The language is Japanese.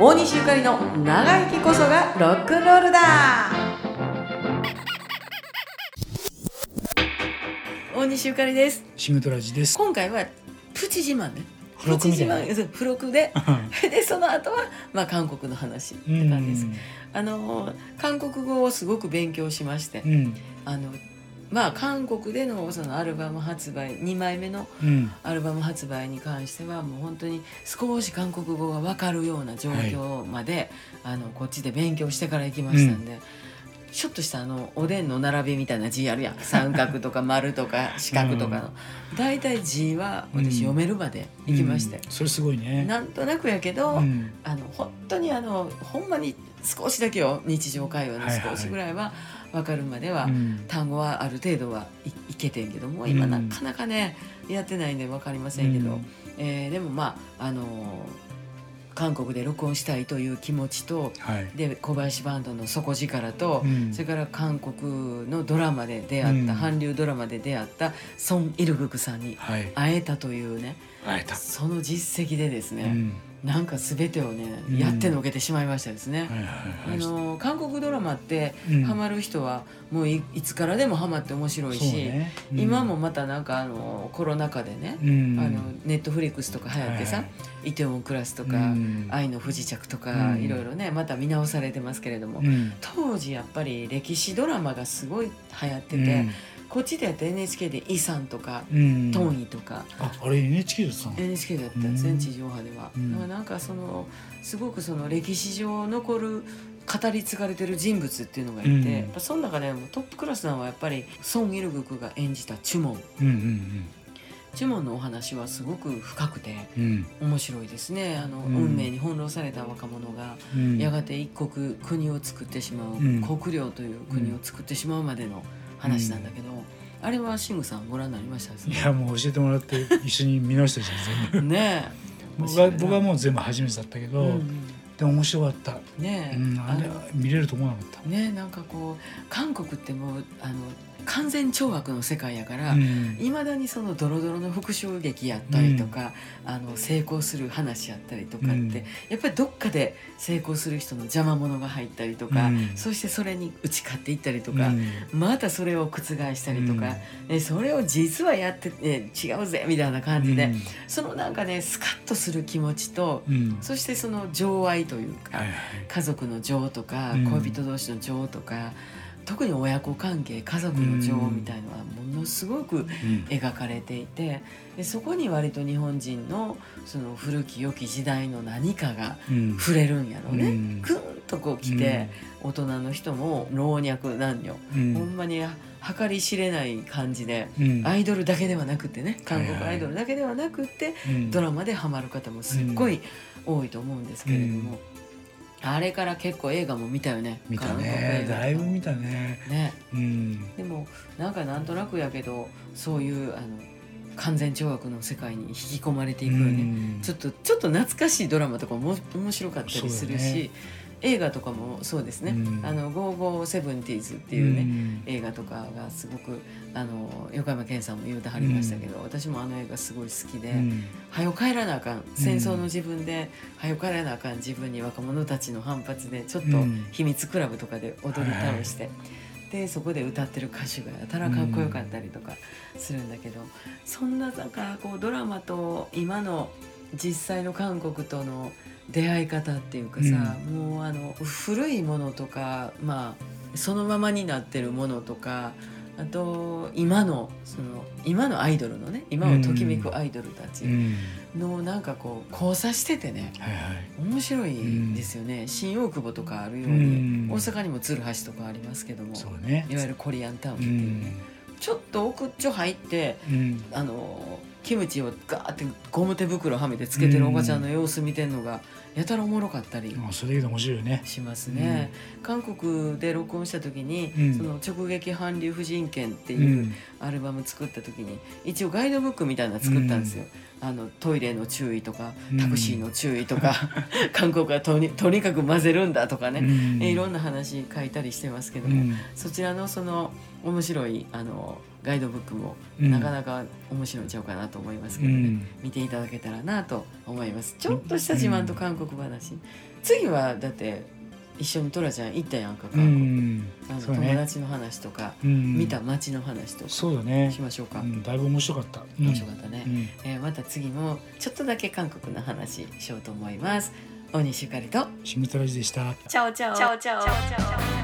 大西ゆかりの長生きこそがロックンロールだ。大西ゆかりです。 シムトラジです。 今回はプチ自慢ね。 付録みたいな。 付録ででその後は、韓国の話って感じです。韓国語をすごく勉強しまして、韓国でのそのアルバム発売2枚目のアルバム発売に関してはもう本当に少し韓国語が分かるような状況まで、こっちで勉強してから行きましたんで、ちょっとしたおでんの並びみたいな字あるやん、三角とか丸とか四角とかの、だいたい字は私読めるまで行きまして、 それすごいね。 なんとなくやけど、本当にほんまに少しだけよ、日常会話の少しぐらいは分かるまでは、単語はある程度はいけてんけども、今なかなかねやってないんで分かりませんけど、でも韓国で録音したいという気持ちと、で小林バンドの底力と、それから韓国のドラマで出会った、韓流ドラマで出会ったソン・イルグクさんに会えたというね、その実績でですね、なんか全てをね、やってのけてしまいましたですね。韓国ドラマってハマる人はもう いつからでもハマって面白いし、今もまたなんかコロナ禍でね、ネットフリックスとか流行ってさ、イテウォンクラスとか、愛の不時着とか、いろいろねまた見直されてますけれども、当時やっぱり歴史ドラマがすごい流行ってて、こっちでやった NHK でイさんとか、トンイとか、 あれ NHK だったの？ NHK だったんですね、地上波では。なんかすごくその歴史上残る語り継がれてる人物っていうのがいて、その中でもトップクラスなのはやっぱりソン・イルグクが演じたチュモン。チュモンのお話はすごく深くて面白いですね。運命に翻弄された若者がやがて一国国を作ってしまう、国領という国を作ってしまうまでの話なんだけど、あれはシングさんご覧になりましたですね。 いやもう教えてもらって一緒に見ましたじゃん全部ねえ僕はもう全部初めてだったけど、でも面白かったね。 あれ見れると思わなかったね。なんかこう韓国ってもう完全懲悪の世界やから、いまだにそのドロドロの復讐劇やったりとか、成功する話やったりとかって、やっぱりどっかで成功する人の邪魔者が入ったりとか、そしてそれに打ち勝っていったりとか、またそれを覆したりとか、それを実はやって、違うぜみたいな感じで、そのなんかねスカッとする気持ちと、そしてその情愛というか、家族の情とか、恋人同士の情とか、特に親子関係、家族の情みたいのはものすごく描かれていて、でそこに割と日本人のその古き良き時代の何かが触れるんやろね。グンとこう来て、大人の人も老若男女、ほんまに計り知れない感じで、アイドルだけではなくてね、韓国アイドルだけではなくて、ドラマでハマる方もすっごい多いと思うんですけれども、あれから結構映画も見たよね。 見たね、だいぶ見たね。 でもなんとなくやけど、そういう完全懲悪の世界に引き込まれていくよね。ちょっと懐かしいドラマとかも面白かったりするし、映画とかもそうですね。ゴーゴーセブンティーズっていうね、映画とかがすごく横山健さんも言うてはりましたけど、私も映画すごい好きで、はよ帰らなあかん、戦争の自分ではよ帰らなあかん自分に若者たちの反発でちょっと秘密クラブとかで踊り倒して、でそこで歌ってる歌手がやたらかっこよかったりとかするんだけど、そんななんかこうドラマと今の実際の韓国との出会い方っていうかさ、もう古いものとか、そのままになってるものとか、あと今のアイドルのね、今をときめくアイドルたちのなんかこう交差しててね、面白いですよね。新大久保とかあるように、大阪にも鶴橋とかありますけども、いわゆるコリアンタウンっていうね、ちょっと奥っちょ入って、キムチをガーってゴム手袋はめてつけてるおばちゃんの様子見てるのがやたらおもろかったりそれだけで面白いねしますね。韓国で録音した時に、その直撃韓流婦人権っていうアルバム作った時に一応ガイドブックみたいなの作ったんですよ。 トイレの注意とかタクシーの注意とか、韓国はとにかく混ぜるんだとかね、いろんな話書いたりしてますけども、そちらのその面白いガイドブックもなかなか面白いんちゃうかなと思いますけどね、見ていただけたらなと思います。ちょっとした自慢と韓国話、次はだって一緒にトラちゃん行ったやんか韓国、友達の話とか、見た街の話とかそうだねしましょうか。 だいぶ面白かった。 面白かったね、また次もちょっとだけ韓国の話しようと思います。大西ゆかりとしみたらじでした。 チャオチャオチャオチャオチャオ。